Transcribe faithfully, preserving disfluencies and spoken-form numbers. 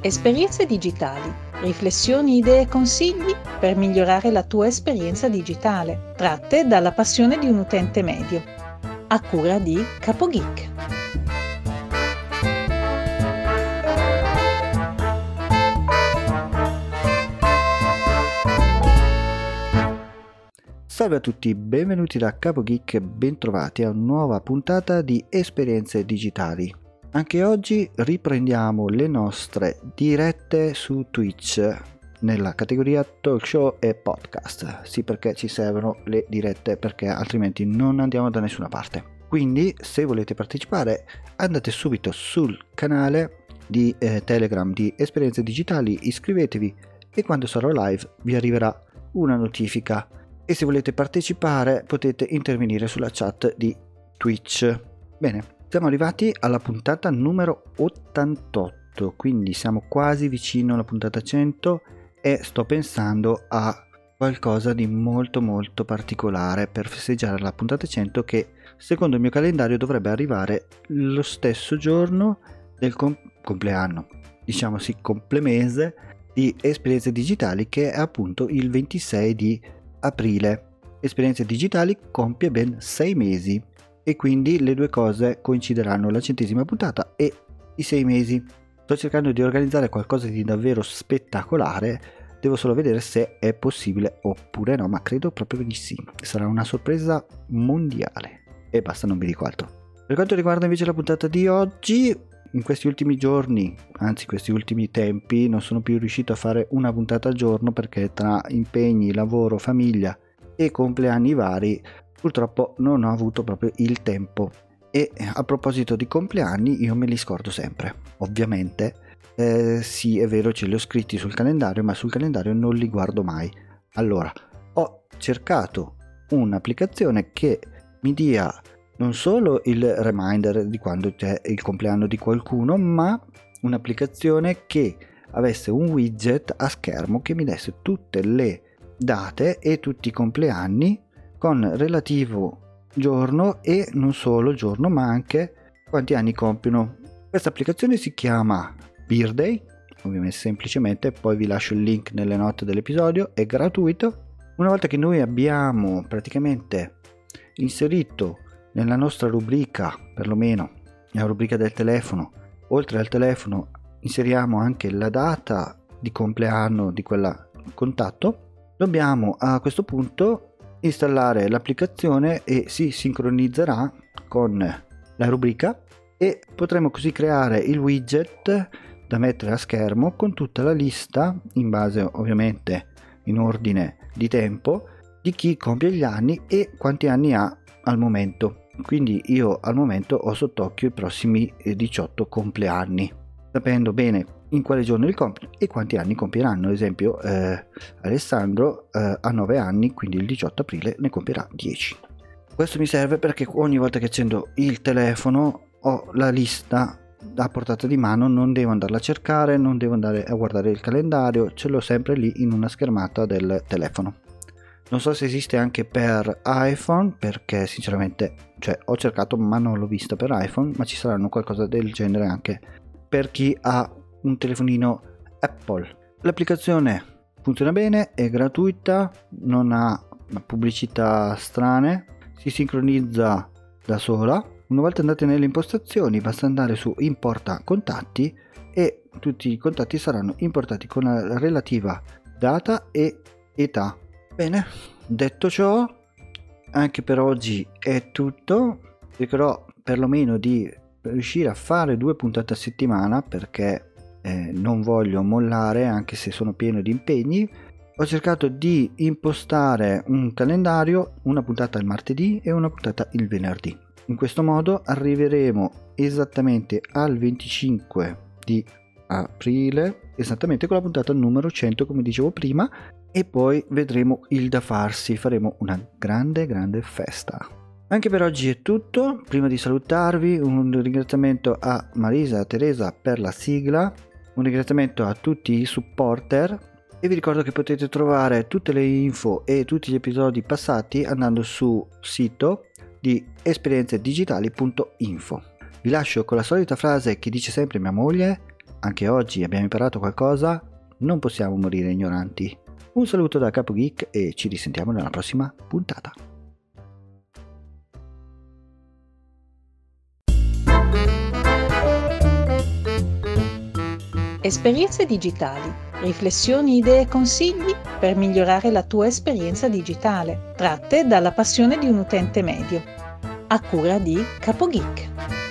Esperienze digitali, riflessioni, idee e consigli per migliorare la tua esperienza digitale, tratte dalla passione di un utente medio, a cura di CapoGeek. Salve a tutti, benvenuti da CapoGeek, bentrovati a una nuova puntata di Esperienze digitali. Anche oggi riprendiamo le nostre dirette su Twitch nella categoria talk show e podcast. Sì, perché ci servono le dirette, perché altrimenti non andiamo da nessuna parte. Quindi se volete partecipare andate subito sul canale di eh, Telegram di Esperienze digitali, iscrivetevi e quando sarò live vi arriverà una notifica. E se volete partecipare potete intervenire sulla chat di Twitch. Bene. Siamo arrivati alla puntata numero ottantotto, quindi siamo quasi vicino alla puntata cento e sto pensando a qualcosa di molto molto particolare per festeggiare la puntata cento, che secondo il mio calendario dovrebbe arrivare lo stesso giorno del com- compleanno, diciamo sì, complemese di Esperienze digitali, che è appunto il ventisei di aprile. Esperienze digitali compie ben sei mesi. E quindi le due cose coincideranno, la centesima puntata e i sei mesi. Sto cercando di organizzare qualcosa di davvero spettacolare, devo solo vedere se è possibile oppure no, ma credo proprio di sì. Sarà una sorpresa mondiale e basta, non vi dico altro. Per quanto riguarda invece la puntata di oggi, in questi ultimi giorni, anzi questi ultimi tempi, non sono più riuscito a fare una puntata al giorno perché tra impegni, lavoro, famiglia e compleanni vari purtroppo non ho avuto proprio il tempo. E a proposito di compleanni, io me li scordo sempre, ovviamente. Eh, sì, è vero, ce li ho scritti sul calendario, ma sul calendario non li guardo mai. Allora, ho cercato un'applicazione che mi dia non solo il reminder di quando c'è il compleanno di qualcuno, ma un'applicazione che avesse un widget a schermo che mi desse tutte le date e tutti i compleanni con relativo giorno, e non solo giorno ma anche quanti anni compiono. Questa applicazione si chiama Birthday, ovviamente semplicemente, poi vi lascio il link nelle note dell'episodio, è gratuito. Una volta che noi abbiamo praticamente inserito nella nostra rubrica, perlomeno nella rubrica del telefono, oltre al telefono inseriamo anche la data di compleanno di quella contatto, dobbiamo a questo punto installare l'applicazione e si sincronizzerà con la rubrica e potremo così creare il widget da mettere a schermo con tutta la lista, in base ovviamente in ordine di tempo, di chi compie gli anni e quanti anni ha al momento. Quindi io al momento ho sott'occhio i prossimi diciotto compleanni, sapendo bene in quale giorno li compiono e quanti anni compieranno. Ad esempio eh, Alessandro eh, ha nove anni, quindi il diciotto aprile ne compierà dieci. Questo mi serve perché ogni volta che accendo il telefono ho la lista a portata di mano, non devo andarla a cercare, non devo andare a guardare il calendario, ce l'ho sempre lì in una schermata del telefono. Non so se esiste anche per iPhone, perché sinceramente cioè, ho cercato ma non l'ho vista per iPhone, ma ci saranno qualcosa del genere anche per chi ha un telefonino Apple. L'applicazione funziona bene, è gratuita, non ha pubblicità strane, si sincronizza da sola. Una volta andate nelle impostazioni basta andare su importa contatti e tutti i contatti saranno importati con la relativa data e età. Bene, detto ciò, anche per oggi è tutto. Cercherò perlomeno di riuscire a fare due puntate a settimana, perché Eh, non voglio mollare anche se sono pieno di impegni. Ho cercato di impostare un calendario, una puntata il martedì e una puntata il venerdì. In questo modo arriveremo esattamente al venticinque di aprile, esattamente con la puntata numero cento, come dicevo prima, e poi vedremo il da farsi, faremo una grande grande festa. Anche per oggi è tutto. Prima di salutarvi, un ringraziamento a Marisa e a Teresa per la sigla. Un ringraziamento a tutti i supporter e vi ricordo che potete trovare tutte le info e tutti gli episodi passati andando sul sito di esperienze digitali punto info. Vi lascio con la solita frase che dice sempre mia moglie: anche oggi abbiamo imparato qualcosa, non possiamo morire ignoranti. Un saluto da Capo Geek e ci risentiamo nella prossima puntata. Esperienze digitali, riflessioni, idee e consigli per migliorare la tua esperienza digitale, tratte dalla passione di un utente medio. A cura di Capo Geek.